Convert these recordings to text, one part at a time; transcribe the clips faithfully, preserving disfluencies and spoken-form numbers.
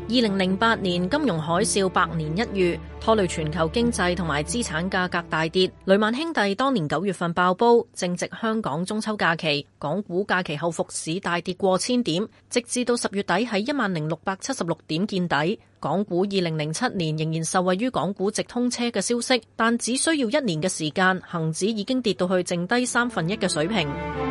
二零零八年金融海嘯百年一遇，拖累全球經濟同埋資產價格大跌。雷曼兄弟當年九月份爆煲，正值香港中秋假期，港股假期後復市大跌過千點，直至到十月底喺一萬零六百七十六點見底。港股二零零七年仍然受惠於港股直通車嘅消息，但只需要一年嘅時間，恒指已經跌到去剩低三分一嘅水平。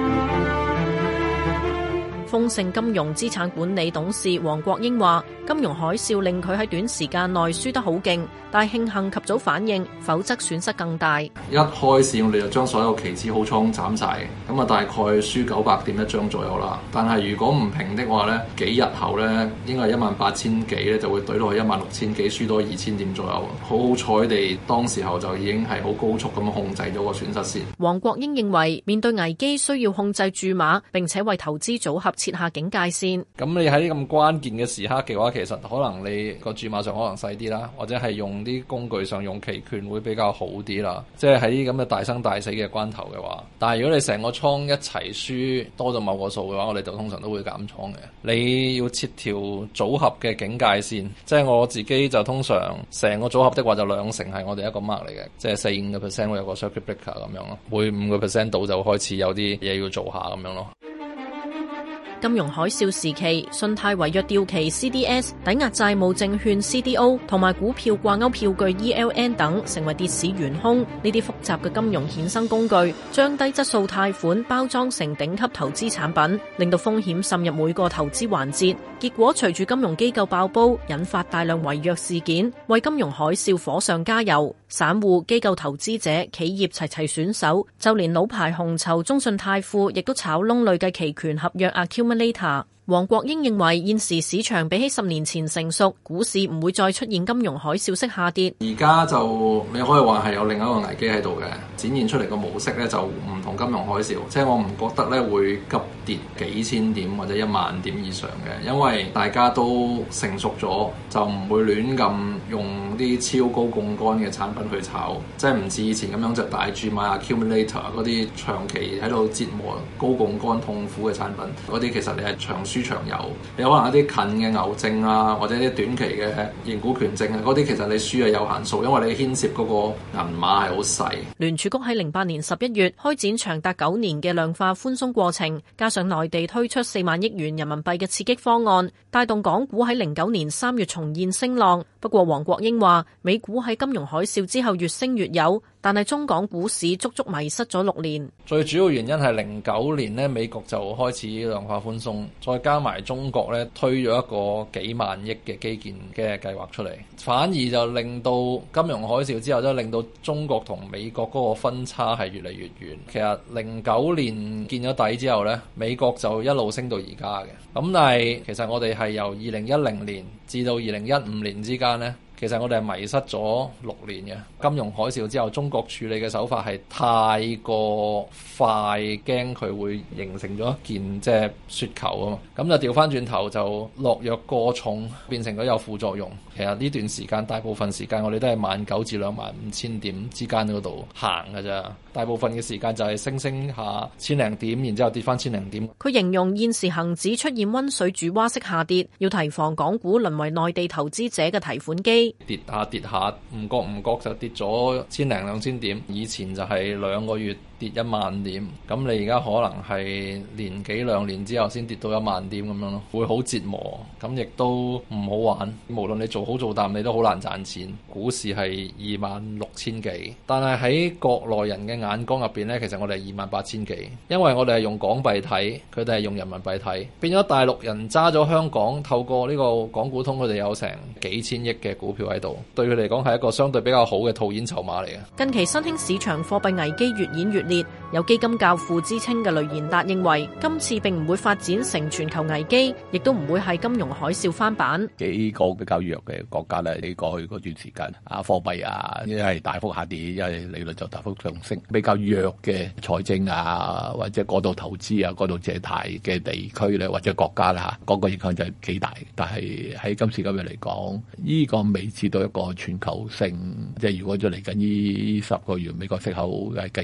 豐盛金融資產管理董事黃國英話，金融海嘯令佢喺短時間內輸得好勁，但慶幸及早反應，否則損失更大。 一開市我哋就將所有期指好倉斬晒，咁啊大概輸九百點一張左右啦。但係如果唔平的話咧，幾日後咧應該係一萬八千幾咧就會懟落去一萬六千幾，輸多二千點左右。好好彩地，當時候就已經係好高速咁控制咗個損失線。 黃國英認為，面對危機需要控制注碼，並且為投資組合設下警戒線。 咁你喺咁關鍵嘅時刻嘅話，其實可能你個注碼上可能細啲啦，或者係用啲工具上用期權會比較好啲啦。即係喺啲咁嘅大生大死嘅關頭嘅話，但係如果你成個倉一齊輸多咗某個數嘅話，我哋就通常都會減倉嘅。你要設條組合嘅警戒線，即係我自己就通常成個組合的話就兩成係我哋一個 mark 嚟嘅，即係四五個 percent 會有個 circuit breaker 咁樣咯，每五個 percent 到就開始有啲嘢要做下咁樣咯。 金融海嘯時期，信貸違約掉期 C D S、抵押債務證券 C D O 同埋股票掛鈎票據 E L N 等成為跌市元兇。呢啲複雜嘅金融衍生工具將低質素貸款包裝成頂級投資產品，令到風險滲入每個投資環節。結果隨住金融機構爆煲，引發大量違約事件，為金融海嘯火上加油。散戶、機構投資者、企業齊齊選手，就連老牌紅籌中信泰富亦都炒窿累計期權合約 accumulator。黃國英認為現時市場比起十年前成熟，股市唔會再出現金融海嘯式下跌。 而家就你可以話係有另一個危機喺度嘅，展現出嚟個模式咧就唔同金融海嘯，即係我唔覺得咧會急跌幾千點或者一萬點以上嘅，因為大家都成熟咗，就唔會亂咁用啲超高槓桿嘅產品去炒，即係唔似以前咁樣就大注買 accumulator 嗰啲長期喺度折磨高槓桿痛苦嘅產品，嗰啲其實你係長輸長有，你可能一啲近嘅牛證啊，或者啲短期嘅認股權證啊，嗰啲其實你輸係有限數，因為你牽涉嗰個銀碼係好細。 聯儲局喺零八年十一月開展長達九年嘅量化寬鬆過程，加上內地推出四萬億元人民幣嘅刺激方案，帶動港股喺零九年三月重現升浪。不過黃國英話，美股喺金融海嘯之後越升越有，但係中港股市足足迷失咗六年。 最主要原因係零九年呢，美國就開始量化寬鬆，再加埋中國咧推咗一個幾萬億嘅基建嘅計劃出嚟，反而就令到金融海嘯之後，就令到中國同美國嗰個分差係越嚟越遠。其實零九年見咗底之後咧，美國就一路升到而家嘅。咁但係其實我哋係由二零一零年至到二零一五年之間咧，其實我哋係迷失咗六年嘅。金融海嘯之後，中國處理嘅手法係太過快，驚佢會形成咗一件即係雪球啊嘛。咁就調翻轉頭就落藥過重，變成咗有副作用。其實呢段時間大部分時間我哋都係萬九至兩萬五千點之間嗰度行㗎咋。大部分嘅時間就係升升下千零點，然之後跌翻千零點。 佢形容現時恒指出現溫水煮蛙式下跌，要提防港股淪為內地投資者嘅提款機。 跌下跌下，唔覺唔覺就跌咗千零兩千點。以前就係兩個月跌一萬點，咁你而家可能係年幾兩年之後先跌到一萬點咁樣咯，會好折磨，咁亦都唔好玩。無論你做好做淡，你都好難賺錢。股市係二萬六千幾，但係喺國內人嘅眼光入邊呢，其實我哋係二萬八千幾，因為我哋係用港幣睇，佢哋係用人民幣睇，變咗大陸人揸咗香港，透過呢個港股通，佢哋有成幾千億嘅股票喺度，對佢嚟講係一個相對比較好嘅套現籌碼嚟嘅。 近期新興市場貨幣危機越演越烈，有基金教父之稱嘅雷賢達認為，今次並唔會發展成全球危機，亦都唔會係金融海嘯翻版。 幾個比較弱嘅國家咧，你過去嗰段時間啊，貨幣啊，一係大幅下跌，一係利率就大幅上升。比較弱嘅財政啊，或者過度投資啊、過度借貸嘅地區咧，或者國家啦嚇，嗰個影響就係幾大。但係喺今時今日嚟講，呢個未至到一個全球性，即係如果再嚟緊呢十個月美國息口係繼續上升。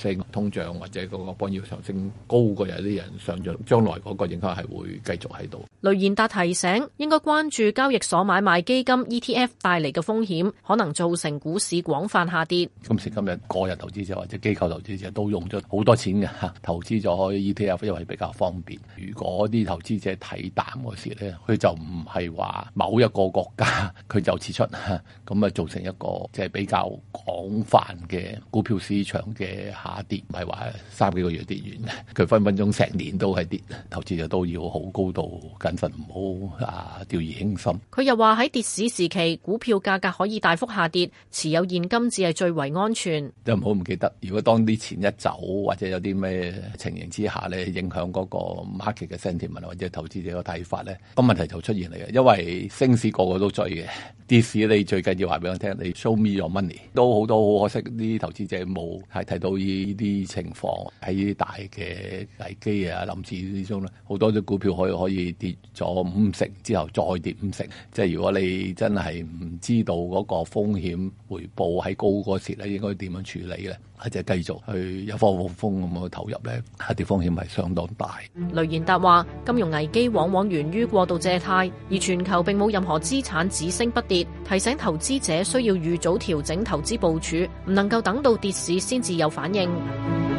升，通脹或者嗰個幫要上升高過有啲人上漲，將來嗰個影響係會繼續喺度。 雷賢達提醒，應該關注交易所買賣基金 E T F 帶嚟嘅風險，可能造成股市廣泛下跌。 今時今日個人投資者或者機構投資者都用咗好多錢嘅，投資咗 E T F， 因為比較方便。如果啲投資者睇淡嗰時咧，佢就唔係話某一個國家佢就撤出，咁啊造成一個即係比較廣泛嘅股票市場嘅下跌，唔係話三幾個月跌完嘅，佢分分鐘成年都係跌。投資者都要好高度謹慎，唔好啊掉以輕心。 佢又話喺跌市時期，股票價格可以大幅下跌，持有現金至係最為安全。 又唔好唔記得，如果當啲錢一走或者有啲咩情形之下咧，影響嗰個 market 嘅 sentiment 或者投資者嘅睇法咧，個問題就出現嚟嘅。因為升市個個都追嘅，跌市你最緊要話俾我聽，你 show me your money。都好多好可惜，啲投資者冇係睇到呢啲情況，喺啲大嘅危機啊、臨時之中咧，好多啲股票可以可以跌咗五成之後再跌五成。即係如果你真係唔知道嗰個風險回報喺高嗰時咧，應該點樣處理咧？或者繼續去一科無風咁去投入咧，下跌風險係相當大。 雷賢達話：金融危機往往源於過度借貸，而全球並冇任何資產只升不跌，提醒投資者需要預早調整投資部署，唔能夠等到跌市先至有反應。